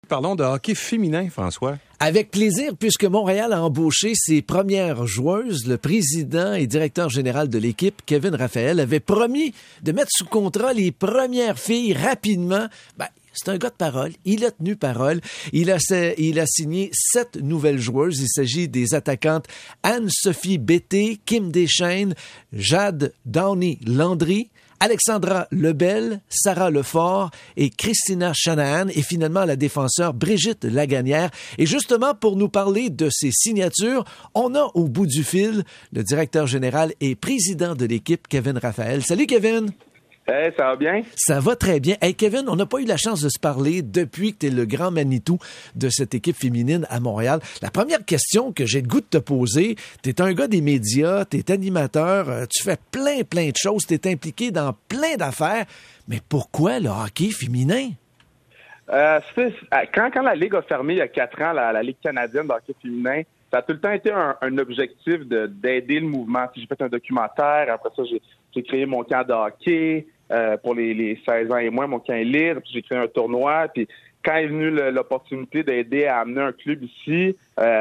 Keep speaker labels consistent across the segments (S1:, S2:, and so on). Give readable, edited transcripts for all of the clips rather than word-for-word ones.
S1: Parlons de hockey féminin, François.
S2: Avec plaisir, puisque Montréal a embauché ses premières joueuses. Le président et directeur général de l'équipe, Kevin Raphaël, avait promis de mettre sous contrat les premières filles rapidement. C'est un gars de parole. Il a tenu parole. Il a signé 7 nouvelles joueuses. Il s'agit des attaquantes Anne-Sophie Bété, Kim Deschênes, Jade Downey-Landry, Alexandra Lebel, Sarah Lefort et Christina Shanahan et finalement la défenseur Brigitte Laganière. Et justement, pour nous parler de ces signatures, on a au bout du fil le directeur général et président de l'équipe, Kevin Raphaël. Salut Kevin!
S3: Hey, ça va bien?
S2: Ça va très bien. Hey Kevin, on n'a pas eu la chance de se parler depuis que tu es le grand Manitou de cette équipe féminine à Montréal. La première question que j'ai le goût de te poser, tu es un gars des médias, tu es animateur, tu fais plein de choses, tu es impliqué dans plein d'affaires, mais pourquoi le hockey féminin?
S3: Quand la Ligue a fermé il y a 4 ans, la Ligue canadienne de hockey féminin, ça a tout le temps été un objectif d'aider le mouvement. J'ai fait un documentaire, après ça, j'ai créé mon camp de hockey pour les 16 ans et moins, mon camp élite, puis j'ai créé un tournoi. Puis quand est venue l'opportunité d'aider à amener un club ici,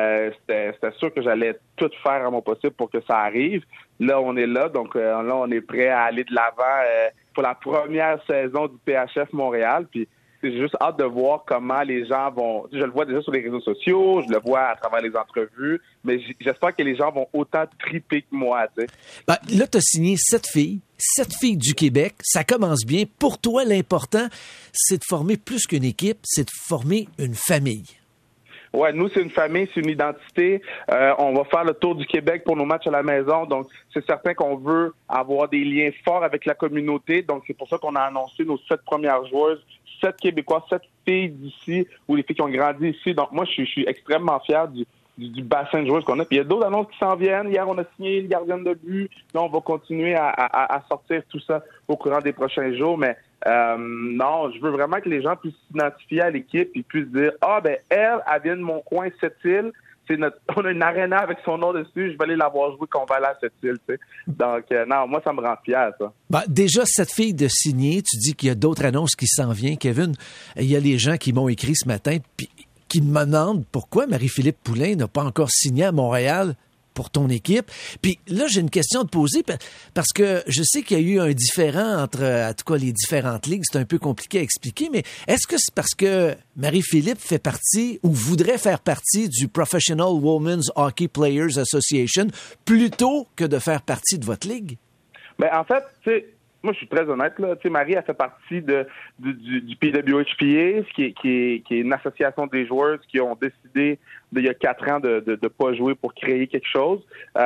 S3: c'était sûr que j'allais tout faire à mon possible pour que ça arrive. Là, on est là, donc là, on est prêt à aller de l'avant pour la première saison du PHF Montréal. Puis j'ai juste hâte de voir comment les gens vont... Je le vois déjà sur les réseaux sociaux, je le vois à travers les entrevues, mais j'espère que les gens vont autant triper que moi, tu sais.
S2: Là, tu as signé 7 filles du Québec. Ça commence bien. Pour toi, l'important, c'est de former plus qu'une équipe, c'est de former une famille.
S3: Ouais, nous, c'est une famille, c'est une identité. On va faire le tour du Québec pour nos matchs à la maison. Donc, c'est certain qu'on veut avoir des liens forts avec la communauté. Donc, c'est pour ça qu'on a annoncé nos 7 premières joueuses, 7 Québécois, 7 filles d'ici, ou les filles qui ont grandi ici. Donc, moi, je suis extrêmement fier du bassin de joueuses qu'on a. Puis il y a d'autres annonces qui s'en viennent. Hier, on a signé une gardienne de but. Là, on va continuer à sortir tout ça au courant des prochains jours. Mais non, je veux vraiment que les gens puissent s'identifier à l'équipe et puissent dire elle vient de mon coin, Sept-Îles. On a une aréna avec son nom dessus. Je vais aller la voir jouer qu'on va aller à Sept-Îles. Tu sais. Donc, non, moi, ça me rend fier, ça.
S2: Déjà, 7 filles de signer. Tu dis qu'il y a d'autres annonces qui s'en viennent. Kevin, il y a les gens qui m'ont écrit ce matin puis qui me demandent pourquoi Marie-Philippe Poulin n'a pas encore signé à Montréal pour ton équipe. Puis là, j'ai une question à te poser parce que je sais qu'il y a eu un différend entre, en tout cas, les différentes ligues. C'est un peu compliqué à expliquer, mais est-ce que c'est parce que Marie-Philippe fait partie ou voudrait faire partie du Professional Women's Hockey Players Association plutôt que de faire partie de votre ligue?
S3: En fait, tu sais, moi, je suis très honnête, là. Tu sais, Marie, elle fait partie du PWHPA, qui est une association des joueurs qui ont décidé, il y a 4 ans, de pas jouer pour créer quelque chose.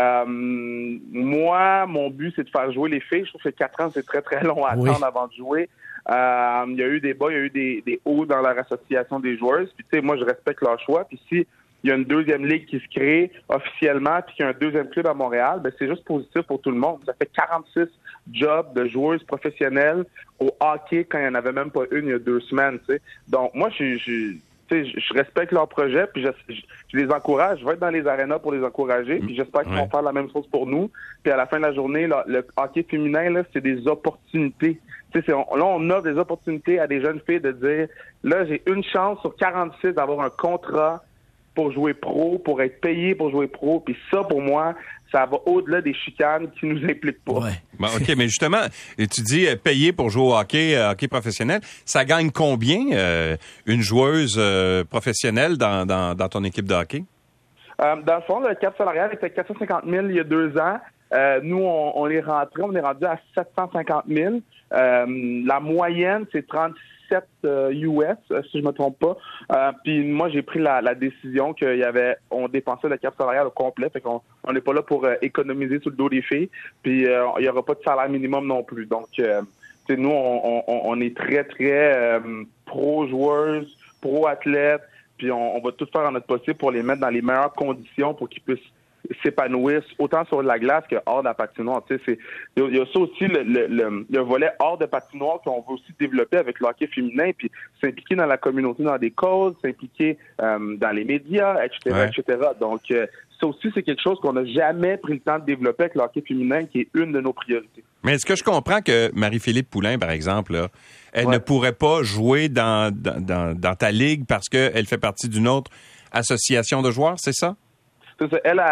S3: Moi, mon but, c'est de faire jouer les filles. Je trouve que 4 ans, c'est très, très long à attendre avant de jouer. Il y a eu des bas, il y a eu des hauts dans leur association des joueurs. Puis, tu sais, moi, je respecte leur choix. Puis, si il y a une deuxième ligue qui se crée officiellement, puis qu'il y a un deuxième club à Montréal, c'est juste positif pour tout le monde. Ça fait 46 jobs de joueuses professionnelles au hockey quand il n'y en avait même pas une il y a 2 semaines. Tu sais. Donc, moi, je respecte leur projet, puis je les encourage. Je vais être dans les arénas pour les encourager, puis j'espère qu'ils vont faire la même chose pour nous. Puis à la fin de la journée, le hockey féminin, là, c'est des opportunités. Tu sais, là, on offre des opportunités à des jeunes filles de dire, là, j'ai une chance sur 46 d'avoir un contrat pour jouer pro, pour être payé pour jouer pro. Puis ça, pour moi, ça va au-delà des chicanes qui nous impliquent pas.
S2: Ouais.
S1: OK, mais justement, tu dis payé pour jouer au hockey professionnel. Ça gagne combien une joueuse professionnelle dans ton équipe de hockey? Dans
S3: le fond, le cap salarial était 450 000 il y a 2 ans. Nous, on est rendu à 750 000. La moyenne, c'est 37 US, si je me trompe pas. Puis moi, j'ai pris la décision on dépensait le cap salarial au complet, fait qu'on n'est pas là pour économiser sur le dos des filles. Puis il n'y aura pas de salaire minimum non plus. Donc, nous, on est très, très pro-joueuses, pro-athlètes, puis on va tout faire en notre possible pour les mettre dans les meilleures conditions pour qu'ils puissent s'épanouissent autant sur la glace que hors de la patinoire. Tu sais, il y a ça aussi, le volet hors de patinoire qu'on veut aussi développer avec le hockey féminin, puis s'impliquer dans la communauté, dans des causes, s'impliquer dans les médias, etc., etc. Donc, ça aussi, c'est quelque chose qu'on n'a jamais pris le temps de développer avec le hockey féminin, qui est une de nos priorités.
S1: Mais est-ce que je comprends que Marie-Philippe Poulin, par exemple, là, elle ne pourrait pas jouer dans ta ligue parce qu'elle fait partie d'une autre association de joueurs, c'est ça?
S3: C'est ça. Elle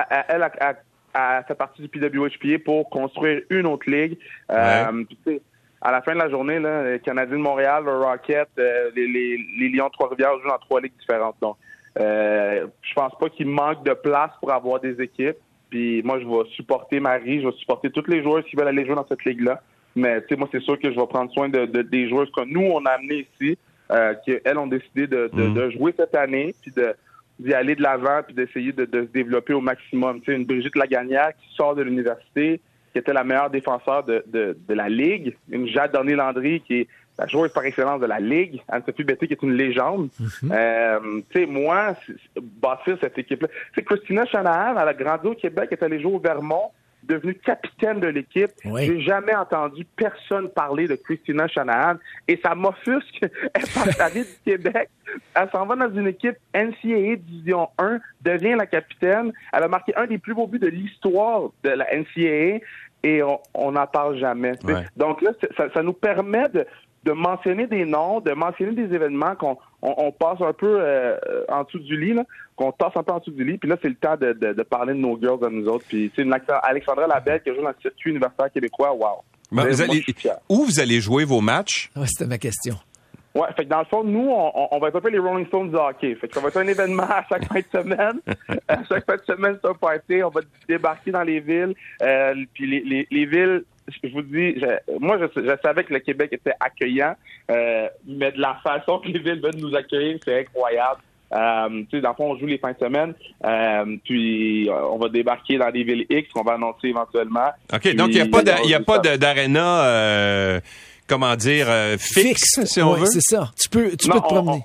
S3: a fait partie du PWHPA pour construire une autre ligue. Puis, à la fin de la journée, là, les Canadiens de Montréal, le Rocket, les Lions de Trois-Rivières jouent dans 3 ligues différentes. Donc, je pense pas qu'il manque de place pour avoir des équipes. Puis moi, je vais supporter Marie, je vais supporter tous les joueurs qui veulent aller jouer dans cette ligue-là. Mais tu sais, moi, c'est sûr que je vais prendre soin des joueurs que nous, on a amenés ici, qu'elles ont décidé de jouer cette année, puis d'y aller de l'avant, puis d'essayer de se développer au maximum. Tu sais, une Brigitte Lagagnère qui sort de l'université, qui était la meilleure défenseur de la Ligue. Une Jade Donné-Landry qui est la joueuse par excellence de la Ligue. Anne-Sophie Betté qui est une légende. Tu sais, moi, bâtir cette équipe-là. Tu sais, Christina Shanahan, elle a grandi au Québec, elle est allée jouer au Vermont, devenue capitaine de l'équipe.
S2: Oui.
S3: J'ai jamais entendu personne parler de Christina Shanahan. Et ça m'offusque. Elle passe la vie du Québec. Elle s'en va dans une équipe NCAA Division 1, devient la capitaine. Elle a marqué un des plus beaux buts de l'histoire de la NCAA et on n'en parle jamais. Ouais. Donc là, ça nous permet de mentionner des noms, de mentionner des événements qu'on passe un peu en dessous du lit, là, qu'on tasse un peu en dessous du lit. Puis là, c'est le temps de parler de nos girls, de nous autres. Puis c'est Alexandra Labelle qui joue dans le circuit universitaire québécois. Wow.
S1: Ben, où vous allez jouer vos matchs?
S2: Ouais, c'était ma question.
S3: Ouais, fait que dans le fond, nous, on va être un peu les Rolling Stones du hockey. Fait que ça va être un événement à chaque fin de semaine. À chaque fin de semaine, c'est un party. On va débarquer dans les villes. Puis les villes, je vous dis, moi, je savais que le Québec était accueillant, mais de la façon que les villes veulent nous accueillir, c'est incroyable. Tu sais, dans le fond, on joue les fins de semaine, puis on va débarquer dans des villes X qu'on va annoncer éventuellement. OK,
S1: puis, donc il n'y a pas d'aréna, comment dire, fixe, si on veut.
S2: C'est ça. Tu peux te promener.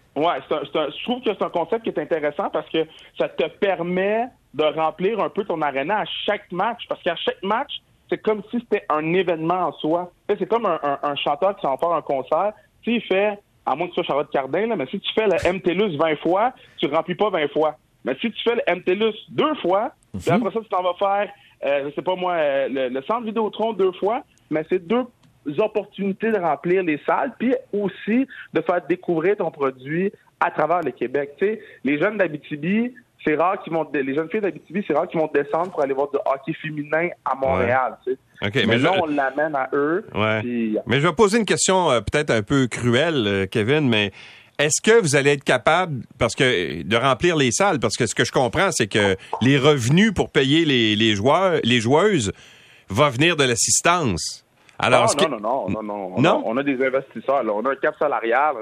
S3: Je trouve que c'est un concept qui est intéressant parce que ça te permet de remplir un peu ton aréna à chaque match, parce qu'à chaque match, c'est comme si c'était un événement en soi. C'est comme un chanteur qui s'en va faire un concert. Tu sais, il fait, à moins que tu sois Charlotte Cardin, là, mais si tu fais le MTLUS 20 fois, tu ne remplis pas 20 fois. Mais si tu fais le MTLUS 2 fois, puis après ça, tu t'en vas faire, je sais pas moi, le Centre Vidéotron 2 fois, mais c'est 2 opportunités de remplir les salles, puis aussi de faire découvrir ton produit à travers le Québec. Tu sais, les jeunes d'Abitibi, c'est rare les jeunes filles d'Abitibi, c'est rare qu'ils vont descendre pour aller voir du hockey féminin à Montréal. Tu sais.
S1: Okay,
S3: mais là, on l'amène à eux.
S1: Ouais.
S3: Puis...
S1: Mais je vais poser une question peut-être un peu cruelle, Kevin, mais est-ce que vous allez être capable de remplir les salles? Parce que ce que je comprends, c'est que les revenus pour payer les joueuses va venir de l'assistance. Alors,
S3: non. On a des investisseurs. Là. On a un cap salarial.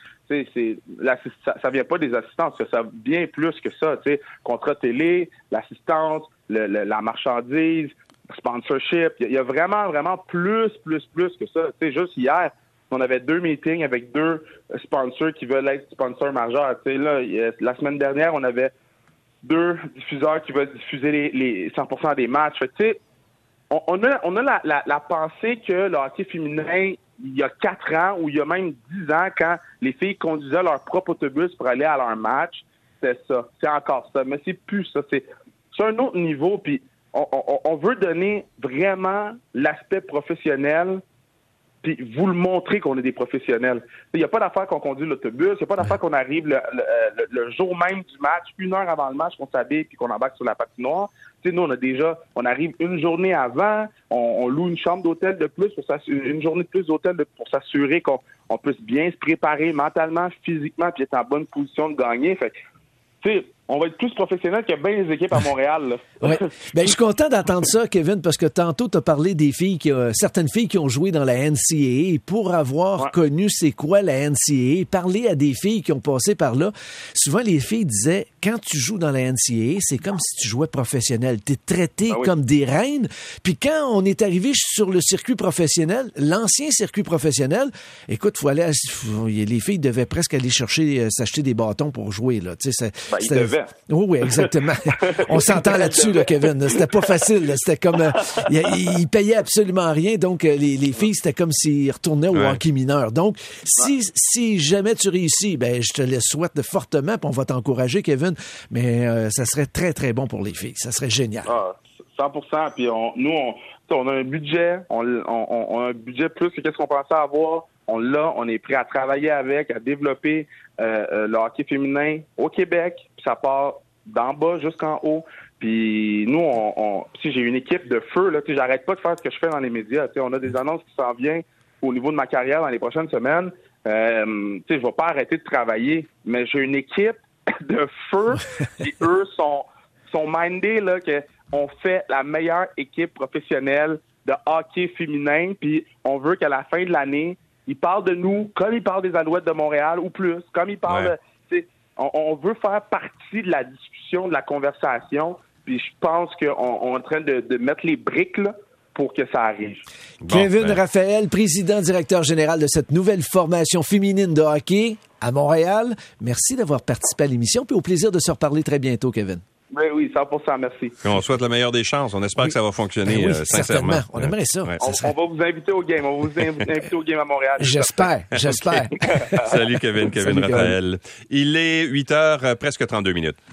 S3: Ça vient pas des assistances. Ça vient plus que ça. T'sais. Contrat télé, l'assistance, la marchandise, le sponsorship. Il y a vraiment, vraiment plus que ça. T'sais, juste hier, on avait 2 meetings avec 2 sponsors qui veulent être sponsors majeurs. T'sais, là, la semaine dernière, on avait 2 diffuseurs qui veulent diffuser les 100% des matchs. Fait, on a la pensée que le hockey féminin, il y a 4 ans ou il y a même 10 ans, quand les filles conduisaient leur propre autobus pour aller à leur match, c'est ça. C'est encore ça. Mais c'est plus ça. C'est un autre niveau. Puis on veut donner vraiment l'aspect professionnel puis vous le montrer qu'on est des professionnels. Il n'y a pas d'affaire qu'on conduit l'autobus, il n'y a pas d'affaire qu'on arrive le jour même du match, 1 heure avant le match, qu'on s'habille puis qu'on embarque sur la patinoire. Tu sais, nous, on arrive une journée avant, on loue une chambre d'hôtel de plus, une journée de plus d'hôtel pour s'assurer qu'on puisse bien se préparer mentalement, physiquement, puis être en bonne position de gagner. Fait tu sais, on va être plus professionnels que bien les équipes à Montréal.
S2: Ouais. Ben, je suis content d'entendre ça, Kevin, parce que tantôt, tu as parlé des filles, certaines filles qui ont joué dans la NCAA. Pour avoir connu c'est quoi la NCAA, parler à des filles qui ont passé par là, souvent les filles disaient, quand tu joues dans la NCAA, c'est comme si tu jouais professionnel. Tu es traité comme des reines. Puis quand on est arrivé sur le circuit professionnel, l'ancien circuit professionnel, écoute, les filles devaient presque aller s'acheter des bâtons pour jouer. Là. Tu sais,
S3: ils devaient.
S2: Oui, exactement. On s'entend là-dessus, là, Kevin. C'était pas facile. Là. C'était comme... ils payaient absolument rien. Donc, les filles, c'était comme s'ils retournaient au hockey mineur. Donc, si jamais tu réussis, ben je te le souhaite fortement, puis on va t'encourager, Kevin. Mais ça serait très, très bon pour les filles. Ça serait génial.
S3: 100%. Puis nous, on a un budget. On a un budget plus que qu'est-ce qu'on pensait avoir. on est prêt à travailler avec, à développer le hockey féminin au Québec. Puis ça part d'en bas jusqu'en haut. Puis nous, si j'ai une équipe de feu, là, j'arrête pas de faire ce que je fais dans les médias. On a des annonces qui s'en viennent au niveau de ma carrière dans les prochaines semaines. Je vais pas arrêter de travailler, mais j'ai une équipe de feu. Et eux sont mindés là qu'on fait la meilleure équipe professionnelle de hockey féminin. Puis on veut qu'à la fin de l'année, ils parlent de nous comme ils parlent des Alouettes de Montréal ou plus, comme ils parlent on veut faire partie de la discussion, de la conversation, puis je pense qu'on est en train de mettre les briques là, pour que ça arrive.
S2: Kevin Raphaël, président directeur général de cette nouvelle formation féminine de hockey à Montréal. Merci d'avoir participé à l'émission, puis au plaisir de se reparler très bientôt, Kevin.
S3: Oui, 100%, merci.
S1: On souhaite la meilleure des chances. On espère que ça va fonctionner, sincèrement.
S2: On aimerait ça.
S3: Ouais. On va vous inviter au game. On va vous inviter au game à Montréal.
S2: J'espère.
S1: Salut Kevin Raphaël. Il est 8h, presque 32 minutes.